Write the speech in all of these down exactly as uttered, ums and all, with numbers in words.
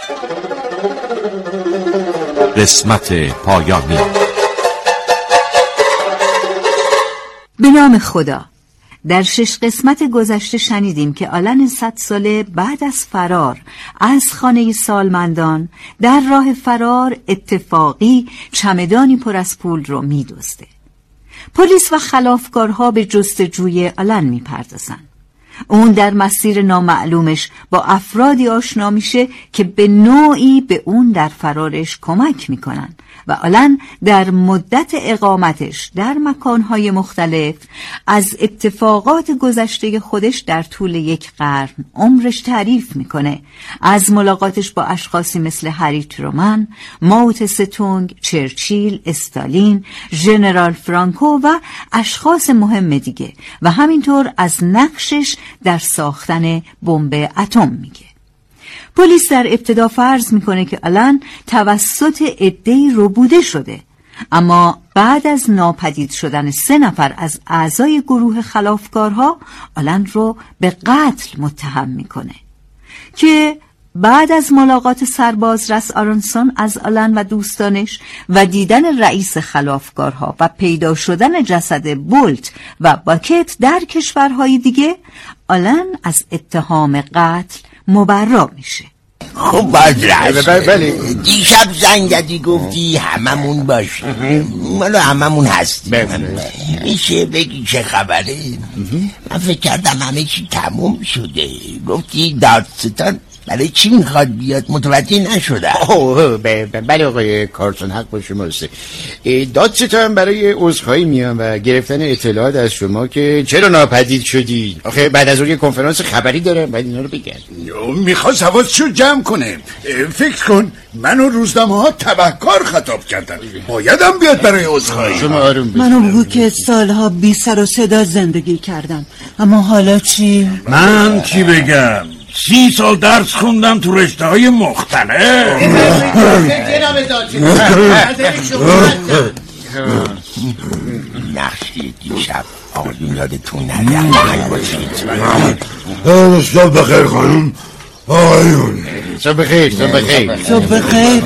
قسمت پایانی. به نام خدا. در شش قسمت گذشته شنیدیم که آلن صد ساله بعد از فرار از خانه سالمندان در راه فرار اتفاقی چمدانی پر از پول رو می‌دزده. پلیس و خلافکارها به جستجوی آلن می‌پردازن. اون در مسیر نامعلومش با افرادی آشنا میشه که به نوعی به اون در فرارش کمک میکنن و آلن در مدت اقامتش در مکانهای مختلف از اتفاقات گذشته خودش در طول یک قرن عمرش تعریف میکنه. از ملاقاتش با اشخاصی مثل هری ترومن، ماو تسه-تونگ، چرچیل، استالین، ژنرال فرانکو و اشخاص مهم دیگه و همینطور از نقشش در ساختن بمب اتم میگه. پلیس در ابتدا فرض میکنه که آلن توسط عده‌ای ربوده شده، اما بعد از ناپدید شدن سه نفر از اعضای گروه خلافکارها آلن رو به قتل متهم میکنه که بعد از ملاقات سربازرس آرونسون از آلن و دوستانش و دیدن رئیس خلافکارها و پیدا شدن جسد بولت و باکت در کشورهای دیگه، آلن از اتهام قتل مبرا میشه. خب باز رست بله. دیشب زنگدی گفتی هممون باشیم، مالو هممون هستیم. میشه بگی چه خبره؟ من فکر کردم همه چی تموم شده. گفتی دادستان برای چی میخواد بیاد؟ متوجه نشدم. اوه بله آقای کارتون، حق با شماست. دادستان برای عذرخواهی میام و گرفتن اطلاعات از شما که چرا ناپدید شدی. آخه بعد از اون یه کنفرانس خبری دارم، باید اینا رو بگم. میخواست حواسشو جمع کنه. فکر کن من و روزنامه ها تبهکار خطاب کردن، بایدم بیاد برای عذرخواهی. شما آروم بشید. منو بگو که سالها بی سر و صدا زندگی کردم، اما حالا چی؟ من چی بگم؟ سی سال درس خوندم تو رشته های مختلف. نقشی دیشب آقایون یادتون نگم صبح بخیر خانم. آقایون صبح بخیر. صبح بخیر. صبح بخیر.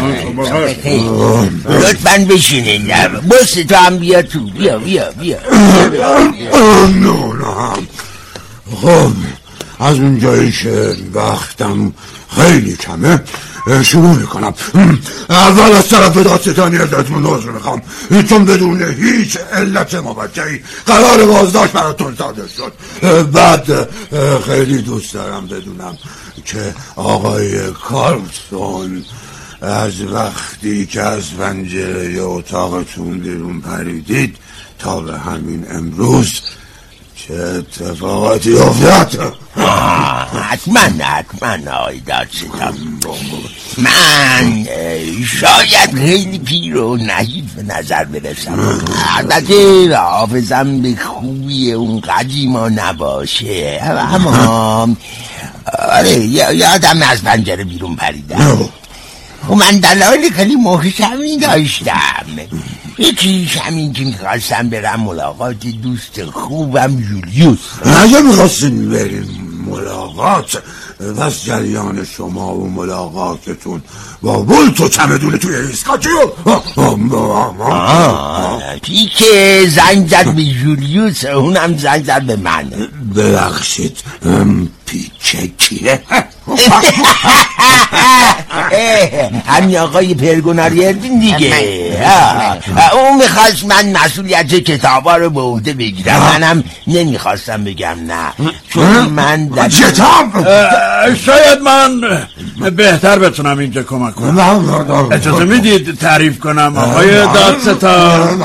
لطفاً بشینین. بس تو هم بیا تو. بیا بیا بیا. نه نه خب از اون جایی که وقتم خیلی کمه شروع میکنم. اول از طرف دادستانی ازتون عذر میخوام، چون بدون هیچ علت موجهی قرار بازداشت براتون صادر شد. بعد خیلی دوست دارم بدونم که آقای کارلسون از وقتی که از پنجره اتاقتون بیرون پریدید تا به همین امروز چه اتفاقاتی افتاد؟ حتما حتما آقای دادستان. من شاید خیلی پیر و نحیف به نظر برسم، البته حافظم به خوبی اون قدیما نباشه، اما آره یادم از پنجره بیرون پریدم. من دلایل خیلی محکمی داشتم. یکیش همین که میخواستم برم ملاقات دوست خوبم جولیوس. اگه میخواستین بریم ملاقات، پس جریان شما و ملاقاتتون با بولت و چمدون توی ایسکا چیو؟ پیکه زنگ زد به جولیوس، اونم زنگ زد به من. ببخشید پیکه کیه؟ همین آقای پرگوناریردین دیگه. اون میخواست من مسئولیت کتابا رو به عهده بگیرم، منم نمیخواستم بگم نه، چون من در کتاب شاید من بهتر بتونم اینجا کمک کنم. اجازه میدید تعریف کنم آقای دادستان؟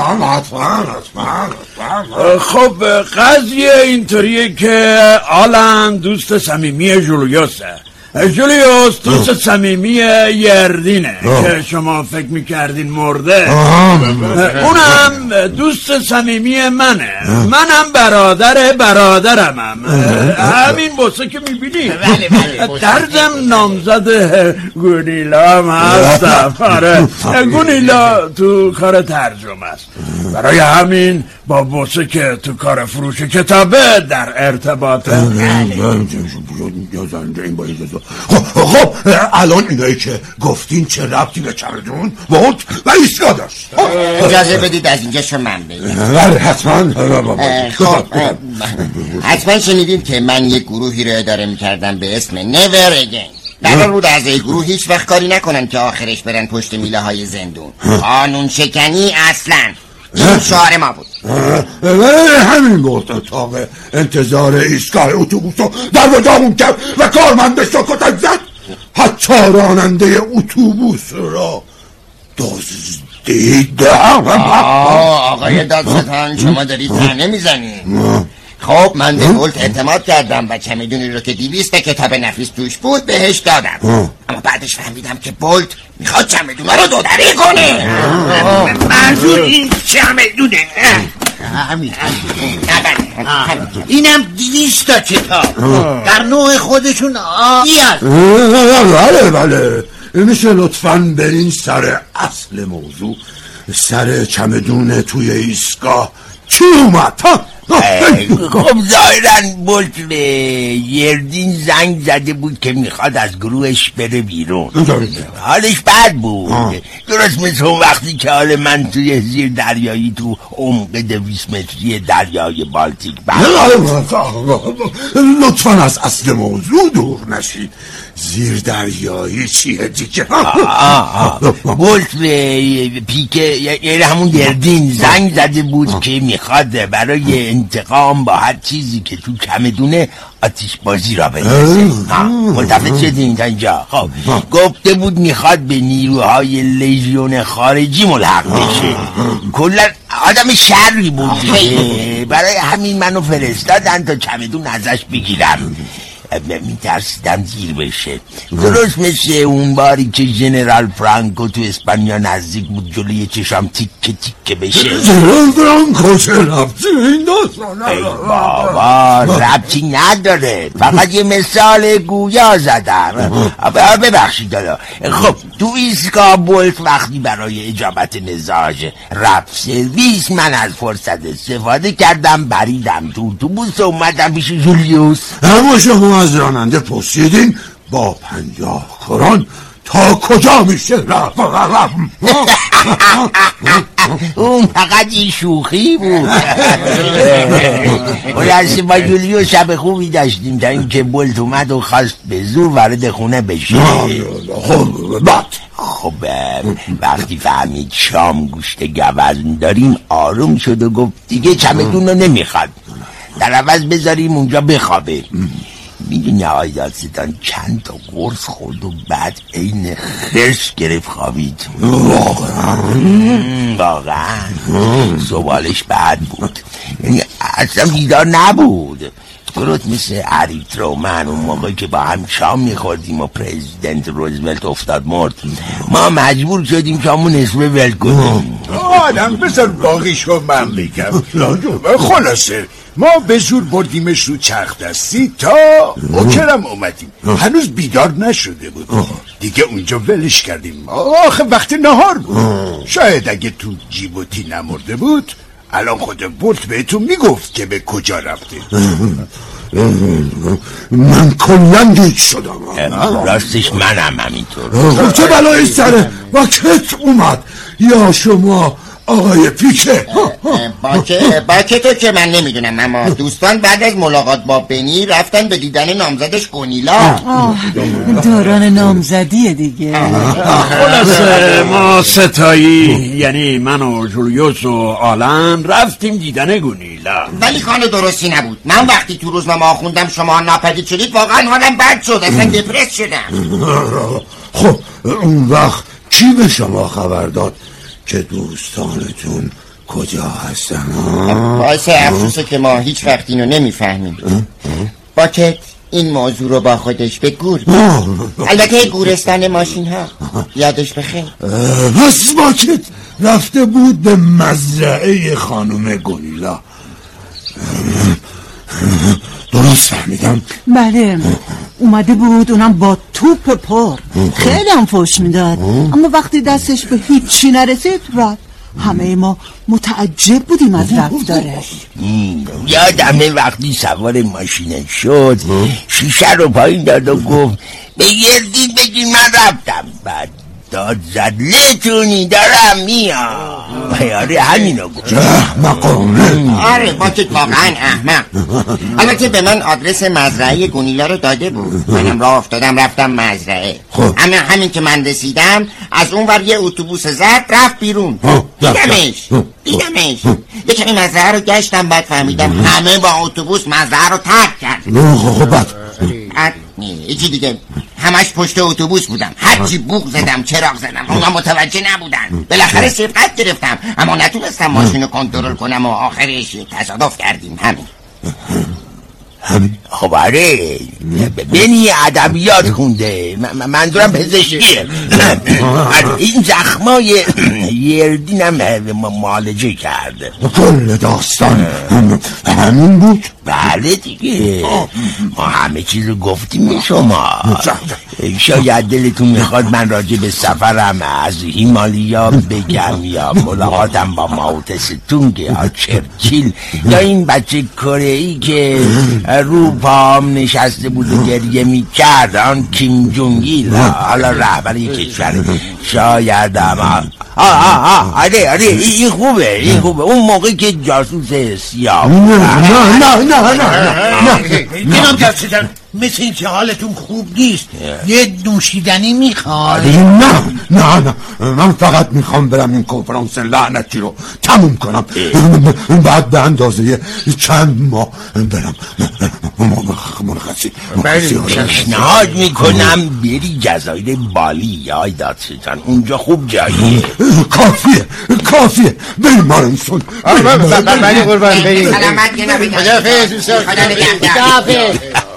خب قضیه اینطوریه که آلن دوست صمیمی جولیوسه. جولیوس دوست صمیمی یردینه که شما فکر میکردین مرده. اونم دوست صمیمی منه، منم برادر برادرمم. همین بسه که میبینی در ضمن نامزد گونیلا هم هستم. آره گونیلا تو کار ترجمه است، برای همین با بسه که تو کار فروش کتابه در ارتباطه. خب خب الان اینایی که گفتین چه ربطی به چمدون بود و ایستگاه داشت؟ اجازه بدید از اینجا شو من بگم. بله حتما. خب حتما شنیدید که من یک گروهی رو اداره میکردم به اسم نیور اگین. قرار بود از این گروه هیچ وقت کاری نکنن که آخرش برن پشت میله های زندون. قانون شکنی اصلا. این شعار ما بود. همین بود. اتاق انتظار ایستگاه اتوبوس رو در و داغون کرد و کارمندش رو کتک زد. حتی راننده اتوبوس را دزدید. آقای دادستان شما دارید طعنه میزنید. خب من به بولت اعتماد کردم و چمدونی رو که دویست کتاب نفیس توش بود بهش دادم. اما بعدش فهمیدم که بولت میخواد چمدونه رو دودری کنه. منظور این چمدونه همین اینم دویست تا کتاب در نوع خودشون آیی هست. بله بله میشه لطفاً برین سر اصل موضوع. سر چمدون توی ایستگاه چی اومد؟ خب ظاهرا بولت به یردین زنگ زده بود که میخواد از گروهش بره بیرون. حالش بد بود. درست مثل اون وقتی که حال من توی زیر دریایی تو عمق دویست متری دریای بالتیک بد. لطفاً از اصل موضوع دور نشید. زیر دریایی چیه دیگه؟ بولت به پیکه یعنی همون یردین زنگ زده بود که میخواد برای انتقام با هر چیزی که تو چمدونه آتیش بازی را بندازه. ملتفت شدین تا اینجا؟ خب گفته بود میخواد به نیروهای لیژیون خارجی ملحق بشه. کلا آدم شری بود دیگه. برای همین منو فرستادن تا چمدون ازش بگیرم. میترسیدم زیر بشه. درست مثل اون باری که ژنرال فرانکو تو اسپانیا نزدیک بود جلوی چشام تیکه تیکه بشه. ژنرال فرانکو چه ربطی این داستان؟ ای بابا ربطی نداره، فقط یه مثال گویا زدم. ببخشید دادا. خب تو ایستگاه بولت وقتی برای اجابت نزاج رفت سرویس من از فرصت استفاده کردم بریدم تو اتوبوس و اومدم پیش جولیوس. اما شما از راننده پرسیدین با پنجاه کرون تا کجا میشه رفت؟ اون فقط این شوخی بود. خلاصه با جولیو شب خوبی داشتیم تا اینکه بولت اومد و خواست به زور وارد خونه بشه. خب بعد خب وقتی فهمید شام گوشت گوزن داریم آروم شد و گفت دیگه چمدون رو نمیخواد، در عوض بذاریم اونجا بخوابه. میدونی آقای دادستان چند تا قرص خورد و بعد عین خرس گرفت خوابید. واقعا واقعا سوالش بد بود، یعنی اصلا بیدار نبود. درست مثل اریترا و من اون موقعی که با هم شام میخوردیم و پرزیدنت روزولت افتاد مرد، ما مجبور شدیم شامو نصفه ول کنیم. آدم بذار باقیشو من بگم. خلاصه ما به زور بردیمش رو چرخ دستی تا اوکرم اومدیم. هنوز بیدار نشده بود دیگه، اونجا ولش کردیم. آخه وقت نهار بود. شاید اگه تو جیبوتی نمرده بود الان خود بولت بهتون میگفت که به کجا رفته. من کلن گیج شدم. راستش منم همینطور. خب چه بلایی سر باکت اومد؟ یا شما آقای پیکه؟ باکت باکتو که من نمیدونم، اما دوستان بعد از ملاقات با بنی رفتن به دیدن نامزدش گونیلا. دوران نامزدیه دیگه. خلاصه ما ستایی یعنی من و جولیوس و آلن رفتیم دیدن گونیلا. ولی کار درستی نبود. من وقتی تو روزنامه خوندم شما ناپدید شدید واقعا حالم بد شد، اصلا دپرس شدم. خب اون وقت کی به شما خبر داد که دوستانتون کجا هستن؟ باعث افسوسه که ما هیچ وقت اینو نمیفهمیم. باکت این موضوع رو با خودش به گور، البته گورستان ماشین ها، یادش بخیر. پس باکت رفته بود به مزرعه خانم گونیلا. درست فهمیدم؟ بله اومده بود، اونم با توپ پر. خیلی هم فوش میداد، اما وقتی دستش به هیچی نرسید رفت. همه ما متعجب بودیم از رفتارش. یادمه وقتی سوار ماشینش شد شیشه رو پایین داد و گفت به گردید بگی من رفتم. بعد داد زد لتونی دارم میام. آره همینو گفت. احمقانه. آره باید واقعا احمق. البته به من آدرس مزرعه گونیلا رو داده بود. منم راه افتادم رفتم مزرعه. اما همین که من رسیدم از اون ور یه اتوبوس زد رفت بیرون. دیدمش دیدمش یه کمی مزرعه رو گشتم بعد فهمیدم همه با اتوبوس مزرعه رو ترک کرد. خب بعد یکی دیگه همش پشت اتوبوس بودم. هرچی بوق زدم چراغ زدم اونا متوجه نبودن. بالاخره سبقت گرفتم اما نتونستم ماشین رو کنترل کنم و آخرش تصادف کردیم. همین همین خب آره بنی ادبیات خونده. منظورم پزشکیه. این زخمای یردینم معالجه کرده. کل داستان همین بود؟ بله دیگه ما همه چیز رو گفتیم به شما. شاید دلتون میخواد من راجع به سفرم از هیمالیا بگم یا ملاقاتم با ماوتستونگ یا چرچیل یا این بچه کره‌ای که رو پام نشسته بود و گریه میکرد آن کیم جونگ ایل حالا رهبر کشور. شاید اما آه آه آه آره آره این خوبه این خوبه اون موقع که جاسوس سیاه. نه نه نه نه نه اینم جاسوسم مثل این که حالتون خوب نیست. یه نوشیدنی میخواد؟ نه نه نه من فقط میخوام برم این کنفرانس لعنتی رو تموم کنم. بعد به اندازه چند ماه برم مرخصی. پیشنهاد میکنم بری جزایر بالی یا دادستان اونجا خوب جاییه. کافیه کافیه بریم مارنسون. بله قربان بریم. سلامت جنابی. خداحافظ. خداحافظ.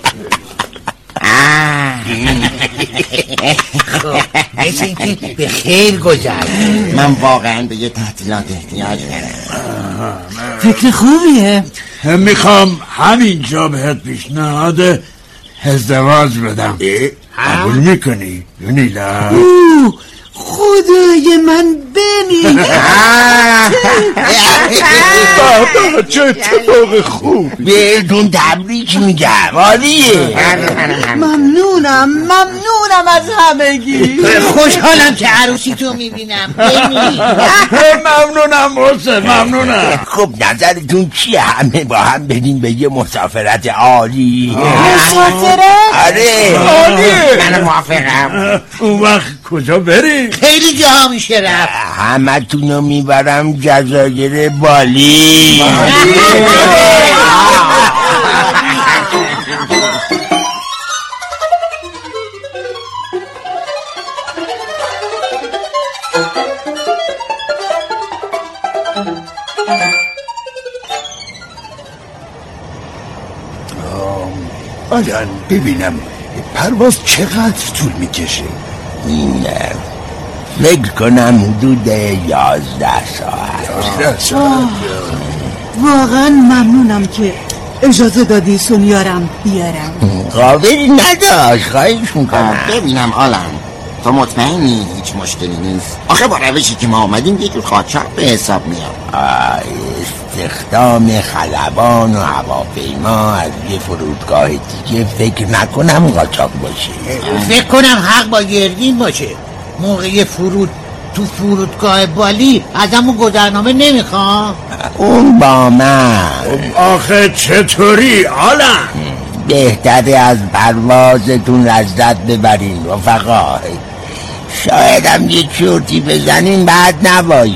مثل اینکه به خیر گذشت. من واقعا به یه تعطیلات احتیاج دارم. فکر خوبیه. میخوام همینجا بهت پیشنهاد ازدواج بدم. قبول میکنی گونیلا؟ خدای من بنی. بابا چه اتفاق خوب. بهتون تبریک میگم. عالیه. ممنونم ممنونم از همگی. خوشحالم که عروسی تو میبینم. ممنونم حسین ممنونم. خب نظرتون چیه همه با هم بریم به یه مسافرت عالی؟ مسافرت؟ آره عالیه. من موافقم. اون وقت کجا بریم؟ خیلی جاها میشه رفت. همه تونو میبرم جزایر بالی. آلان ببینم پرواز چقدر طول میکشه؟ نه فکر کنم حدود یازده ساعت. یازده ساعت. واقعا ممنونم که اجازه دادی سونیارم بیارم. قابلی نداشت خواهیش میکنم. ببینم آلان تو مطمئنی هیچ مشکلی نیست؟ آخه با روشی که ما آمدیم یه جور قاچاق به حساب میاد. استخدام خلبان و هواپیما از یه فرودگاه دیگه فکر نکنم قاچاق باشه. فکر کنم حق با گردین باشه. موقع فرود تو فرودگاه بالی ازمون گذرنامه نمیخوام. اون با من. آخه چطوری آلان؟ بهتره از پروازتون لذت ببرین رفقا. شاید هم یه چرتی بزنین بعد نباشه.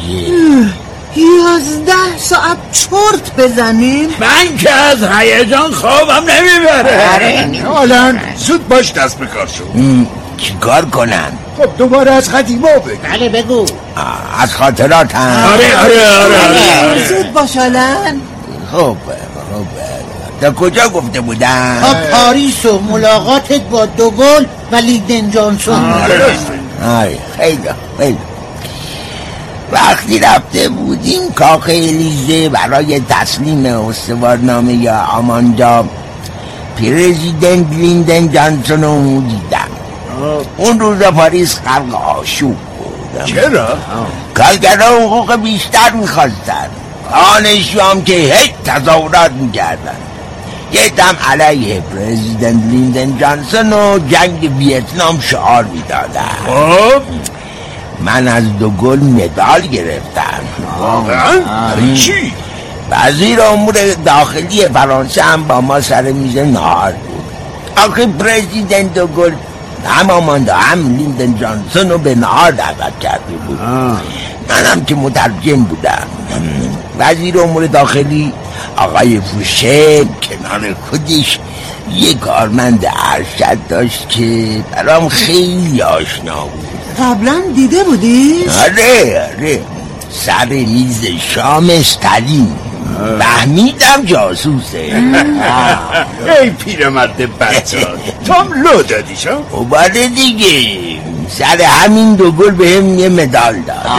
یازده ساعت چرت بزنیم؟ من که از هیجان خوابم نمیبره. آلان زود باش دست بکار شو. چی کار کنم؟ خب دوباره از قدیما بگو. بله بگو. از خاطرات هم. آره آره آره, آره. زود باش آلان. خب خب تا کجا گفته بودم؟ تا پاریس و ملاقاتت با دوگل و لیدن جانسون. آره خیلی خیلی وقتی رفته بودیم کاخ الیزه برای تسلیم استوارنامه یا آماندا پرزیدنت لیندن جانسون رو دیدم. اون روز پاریس خلق آشوب بود. بودم. چرا؟ کارگرها حقوق بیشتر میخواستن، دانشجو هم که هیچ تظاهرات میکردن. یه دم علیه پرزیدنت لیندن جانسون و جنگ ویتنام شعار میدادن. خب من از دوگل مدال گرفتم. واقعا؟ چی؟ وزیر امور داخلی فرانسه هم با ما سر میز نهار بود. آخه پرزیدنت دوگل هم آماندا هم لیندن جانسون رو به نهار دعوت کرده بود. منم که مترجم بودم. وزیر امور داخلی آقای فوشه کنار خودش یه کارمند ارشد داشت که برام خیلی آشنا بود. قبلا دیده بودی؟ آره آره سر میز شام استالین. فهمیدم جاسوسه. ای پیرمرد بچه تو هم لو دادی شو؟ اوباره دیگه سر همین دوگل به هم یه مدال داد.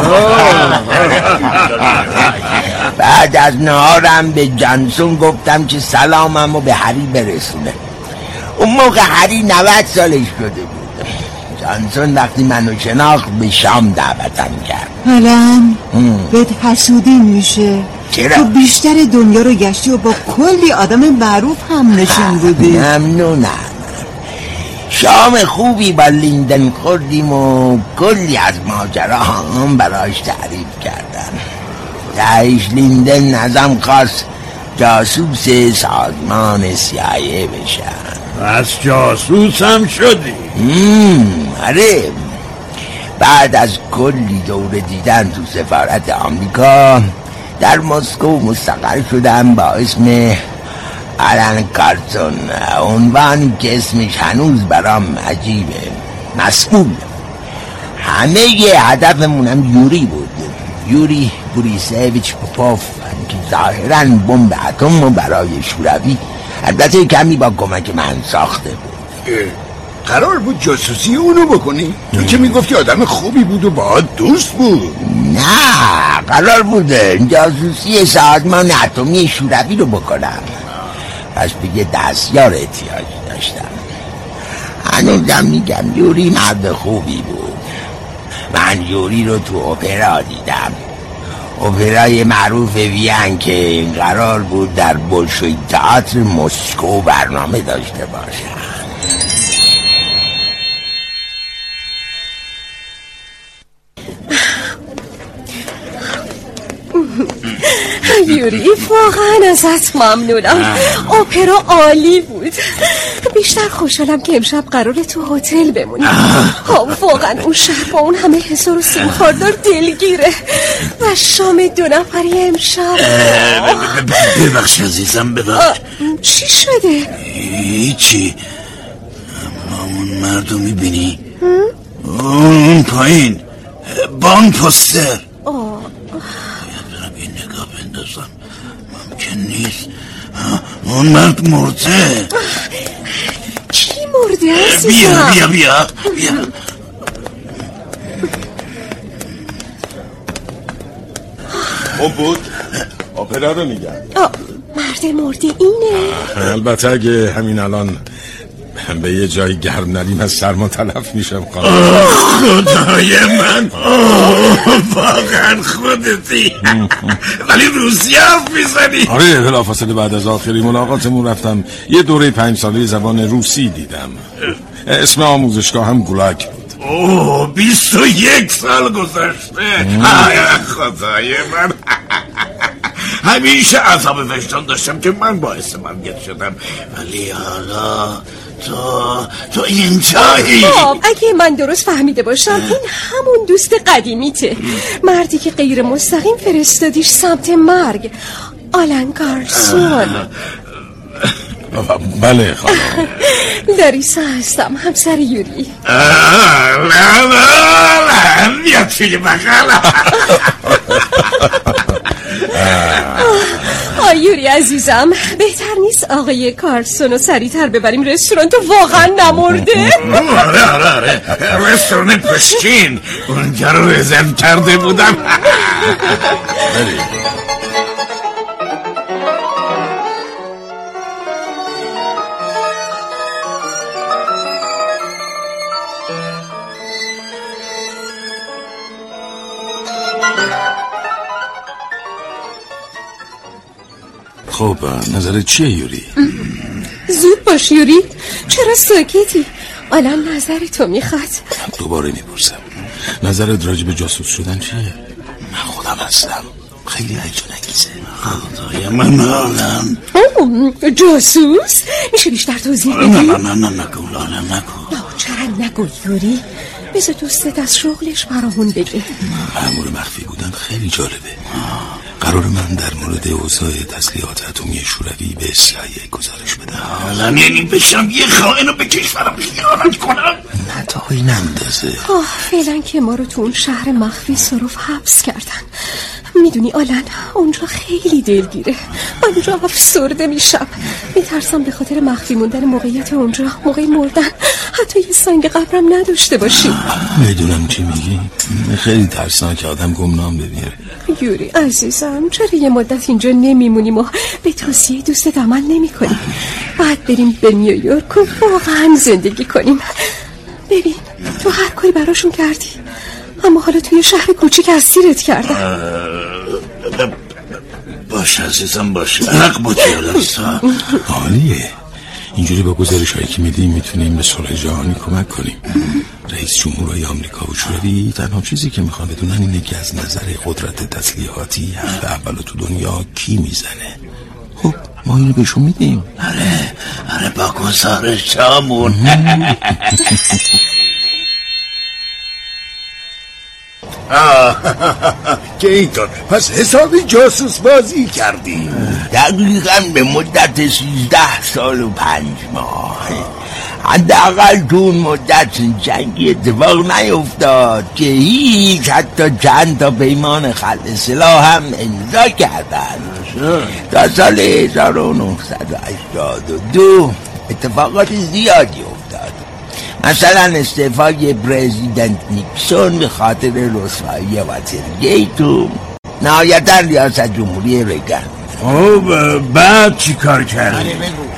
بعد از نهارم به جانسون گفتم که سلامم رو به هری برسونه. اون موقع هری نود سالش شده بود. جانسون وقتی منو شناخت به شام دعوتم کرد. حالا بهت حسودی میشه. چرا؟ تو بیشتر دنیا رو گشتی و با کلی آدم معروف هم نشون بودی. ممنونم. شام خوبی با لیندن خوردیم و کلی از ماجرا هم براش تعریف کردم. تهش لیندن ازم خواست جاسوس سازمان سیایه بشم. پس جاسوس هم شدی؟ آره. بعد از کلی دوره دیدن تو سفارت آمریکا در مسکو مستقر شدم با اسم آلن کارسون، عنوانی که اسمش هنوز برام عجیبه، مسئول. همه یه هدفمونم یوری بود، یوری بوریسویچ پوپوف که ظاهراً بمب اتم رو برای شوروی البته کمی با کمک من ساخته بود. قرار بود جاسوسی اونو بکنی؟ تو که میگفتی آدم خوبی بود و باهات دوست بود. نه قرار بود جاسوسی سازمان اتمی شوروی رو بکنم. پس بگه دستیار احتیاج داشتم. هنوزم میگم یوری مرد خوبی بود. من یوری رو تو اپرا دیدم، اپرای معروف وین که قرار بود در بولشوی تئاتر مسکو برنامه داشته باشم. یوری واقعا ازت ممنونم. اپرا عالی بود. بیشتر خوشحالم که امشب قراره تو هتل بمونیم. واقعا اون شهر با اون همه حضور و سیمخوردار دلگیره. و شام دو نفری امشب. ببخش عزیزم ببخش. چی شده؟ هیچی. اما اون مردو میبینی؟ اون پایین با اون پوستر. یه نگاه بندازم. ممکن نیست. اون مرد مرده. کی مرده عزیزم؟ بیا بیا بیا بیا. خوب بود؟ اپرا رو میگم. مرد مرده اینه؟ البته اگه همین الان به یه جای گرم نریم از سرما تلف میشم. خدای من واقعا خودتی. ولی روسی حرف میزنی. آره بلافاصله بعد از آخری ملاقاتمون رفتم یه دوره پنج ساله زبان روسی دیدم. اسم آموزشگاه هم گولاگ بود. اوه بیست و یک سال گذشته. خدای من همیشه عذاب وجدان داشتم که من باعث مرگت شدم، ولی حالا تو تو اینجایی. خب اگه من درست فهمیده باشم این همون دوست قدیمیته، مردی که غیر مستقیم فرستادیش سمت مرگ، آلن کارسون. بله خانم. داریسا هستم، همسر یوری. نه نه نه بیاد توی بغل. آی یوری عزیزم، بهتر نیست آقای کارسون رو سریعتر ببریم رستوران؟ تو واقعا نمرده؟ آره آره آره رستوران پشکین اونجا رو رزرو کرده بودم. خب نظرت چیه یوری؟ زود باش یوری، چرا ساکتی؟ الان نظر تو میخواد. دوباره میپرسم نظرت راجع به جاسوس شدن چیه؟ من خودم هستم، خیلی هیجان انگیزه. خدای من الان جاسوس؟ میشه بیشتر توضیح بدی؟ نه نه نه نه نگو لاله نگو. چرا نگو یوری؟ بذار دوستت از شغلش برامون بگه. مأمور مخفی بودن خیلی جالبه. قرار من در مورد اوضاع تسلیحات اتمی شوروی به سایه گزارش بدم. الان یعنی بشم یه خائن رو به کشورم خیانت کنم؟ نه تا این اندازه. آه فعلا که ما رو تو اون شهر مخفی صرف حبس کردن. میدونی آلن اونجا خیلی دلگیره. من اونجا افسرده میشم. میترسم به خاطر مخفی موندن موقعیت اونجا موقع مردن حتی یه سنگ قبرم نداشته باشیم. میدونم چی میگی. خیلی ترسناکه آدم گمنام ببینه. یوری عزیزم چرا یه مدت اینجا نمیمونیم و به توصیه دوستت عمل نمی کنیم؟ بعد بریم به نیویورک و واقعا زندگی کنیم. ببین تو هر کاری براشون کردی اما حالا توی شهر کوچیک اسیرت کردن. باشه عزیزم باشه، حق با تیالستا. عالیه، اینجوری با گزارش هایی که میدیم میتونیم به صلح جهانی کمک کنیم. رئیس جمهورهای آمریکا و شوروی تنها چیزی که میخوان بدونن اینه که از نظر قدرت تسلیحاتی هفته اول تو دنیا کی میزنه. خب ما اینو بهشون میدیم. آره آره با گزارش همون. که اینطور پس حسابی جاسوس بازی کردی؟ دقیقا به مدت سیزده سال و پنج ماه. حداقل تو اون مدت جنگی اتفاق نیفتاد که هیچ حتی چند تا پیمان خلع سلاح هم امضا کردن. تا سال هزار و نهصد و هشتاد و دو اتفاقات زیادی افتاد. مثلا استعفای پرزیدنت نیکسون به خاطر رسوایی واترگیت و نهایتا ریاست جمهوری ریگن. خب بعد چی کار کردی؟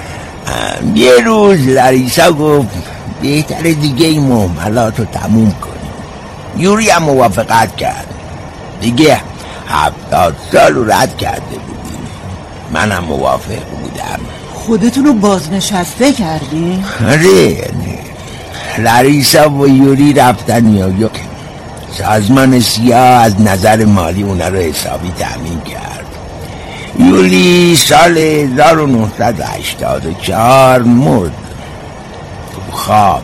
یه روز لاریسا گفت بهتره دیگه این معاملات رو تموم کنیم. یوری هم موافقت کرد. دیگه هفتاد سال رو رد کرده بودیم. منم موافق بودم. خودتون رو بازنشسته کردی؟ آره لاریسا و یوری رفتن نیویورک. سازمان سیاه از نظر مالی اونا رو حسابی تأمین کرد. یولی سال هزار و نهصد و هشتاد و چهار مرد تو خواب.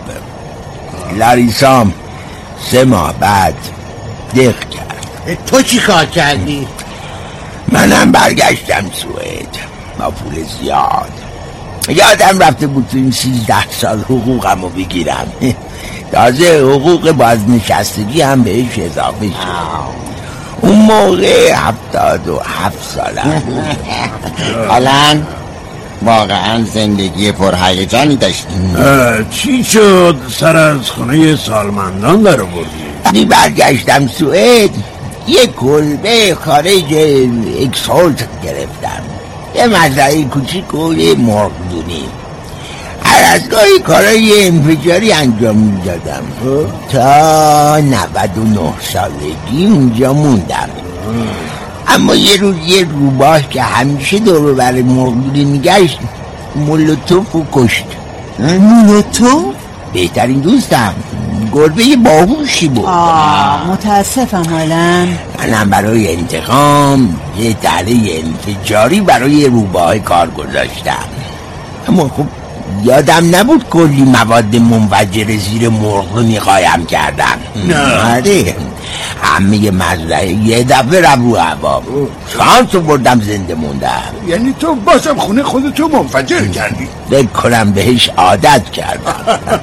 لاریسام سه ماه بعد دق کرد. تو چی کار کردی؟ منم برگشتم سوئد با پول زیاد. یادم رفته بود تو این سیزده سال حقوقم رو بگیرم. تازه حقوق بازنشستگی هم بهش اضافه شد. اون موقع هفتاد و هفت سالم. الان واقعا زندگی پرهیجانی داشتیم. چی شد سر از خونه سالمندان در آوردی؟ وقتی برگشتم سوئد یه کلبه خارج اکسولت گرفتم. یه مزرعه کوچیک و یه مرغدونی. هر از گاهی کارای انفجاری انجام میدادم تا نود و نه سالگی اونجا موندم. اما یه روز یه روباه که همیشه دور بر مرغدونی میگشت مولوتوف رو کشت. مولوتوف؟ بهترین دوستم، گربه باهوشی بود. آه متاسفم حالا. منم برای انتقام یه تله انفجاری برای روباه کار گذاشتم. اما خب یادم نبود کلی مواد منفجر زیر مرغدونی قایم کردم. آره همه مزرعه یه دفعه رفت رو هوا. شانس رو بردم زنده موندم. یعنی تو بازم خونه خودتو منفجر کردی؟ فکر کنم بهش عادت کردم.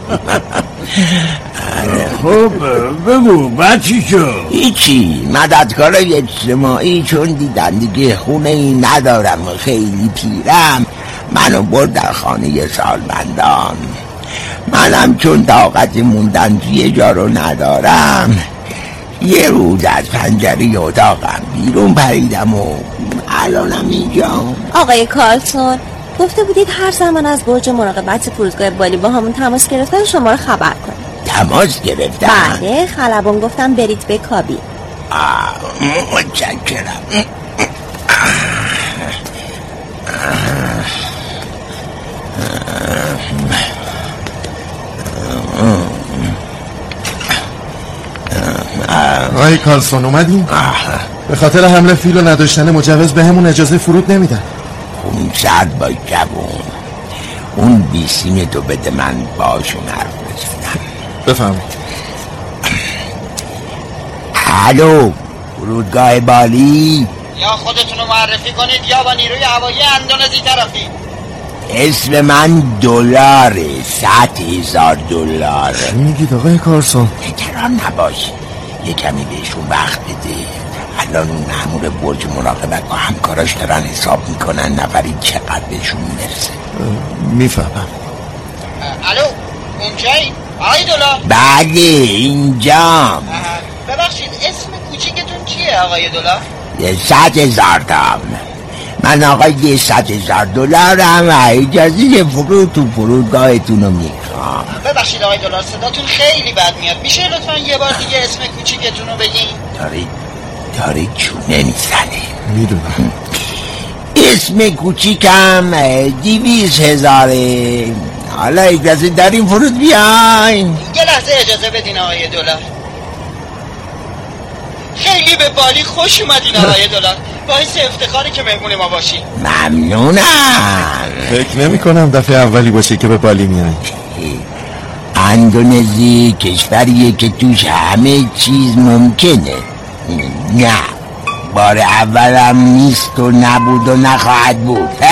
خب بگو بعد چی شد؟ هیچی، مددکارای اجتماعی چون دیدن دیگه خونه ای ندارم و خیلی پیرم منو برد در خانه سالمندان. منم چون طاقت موندن توی جا رو ندارم یه روز از پنجره اتاقم بیرون پریدم و الانم اینجا. آقای کارلتون گفته بودید هر زمان از برج مراقبت فرودگاه بالی با همون تماس گرفتن شما رو خبر کنید. تماس گرفتن؟ بله خلبان گفتم برید به کابین. متشکرم. آقای کارلسون اومدیم؟ به خاطر حمله فیل و نداشتن مجوز به همون اجازه فرود نمیدن. خونسرد با جوون، اون بیسیم تو بده من باشون حرف بزنم. بفرمایید. الو، فرودگاه بالی؟ یا خودتون رو معرفی کنید یا با نیروی هوایی اندونزی طرفی. اسم من دلاره، صد هزار دلار. چی میگید آقای کارلسون؟ نگران نباش، یه کمی بهشون وقت بده. الان اون مأمور برج مراقبت با همکاراش دارن حساب میکنن نفری چقدر بهشون میرسه. میفهمم. الو، اونجایی؟ آقای دلار؟ بله اینجام. ببخشید اسم کوچیکتون چیه آقای دلار؟ یه صد هزار تام. من آقای یه صد هزار دلارم و اجازه فرود تو فرودگاهتون رو میخوام. ببخشید آقای دلار صداتون خیلی بد میاد، میشه لطفا یه بار دیگه اسم کوچیکتون رو بگین؟ داری داری چونه میزنه. میدونم. اسم کوچیکم دیویز هزاره. حالا اجازه داریم فرود بیاین؟ یه لحظه اجازه بدین آقای دلار. خیلی به بالی خوش اومدین آقای دلار، باعث افتخاری که مهمون ما باشی. ممنونم. فکر نمی کنم دفعه اولی باشه که به بالی میای. اندونزی کشوریه که توش همه چیز ممکنه. نه، بار اولم نیست و نبود و نخواهد بود.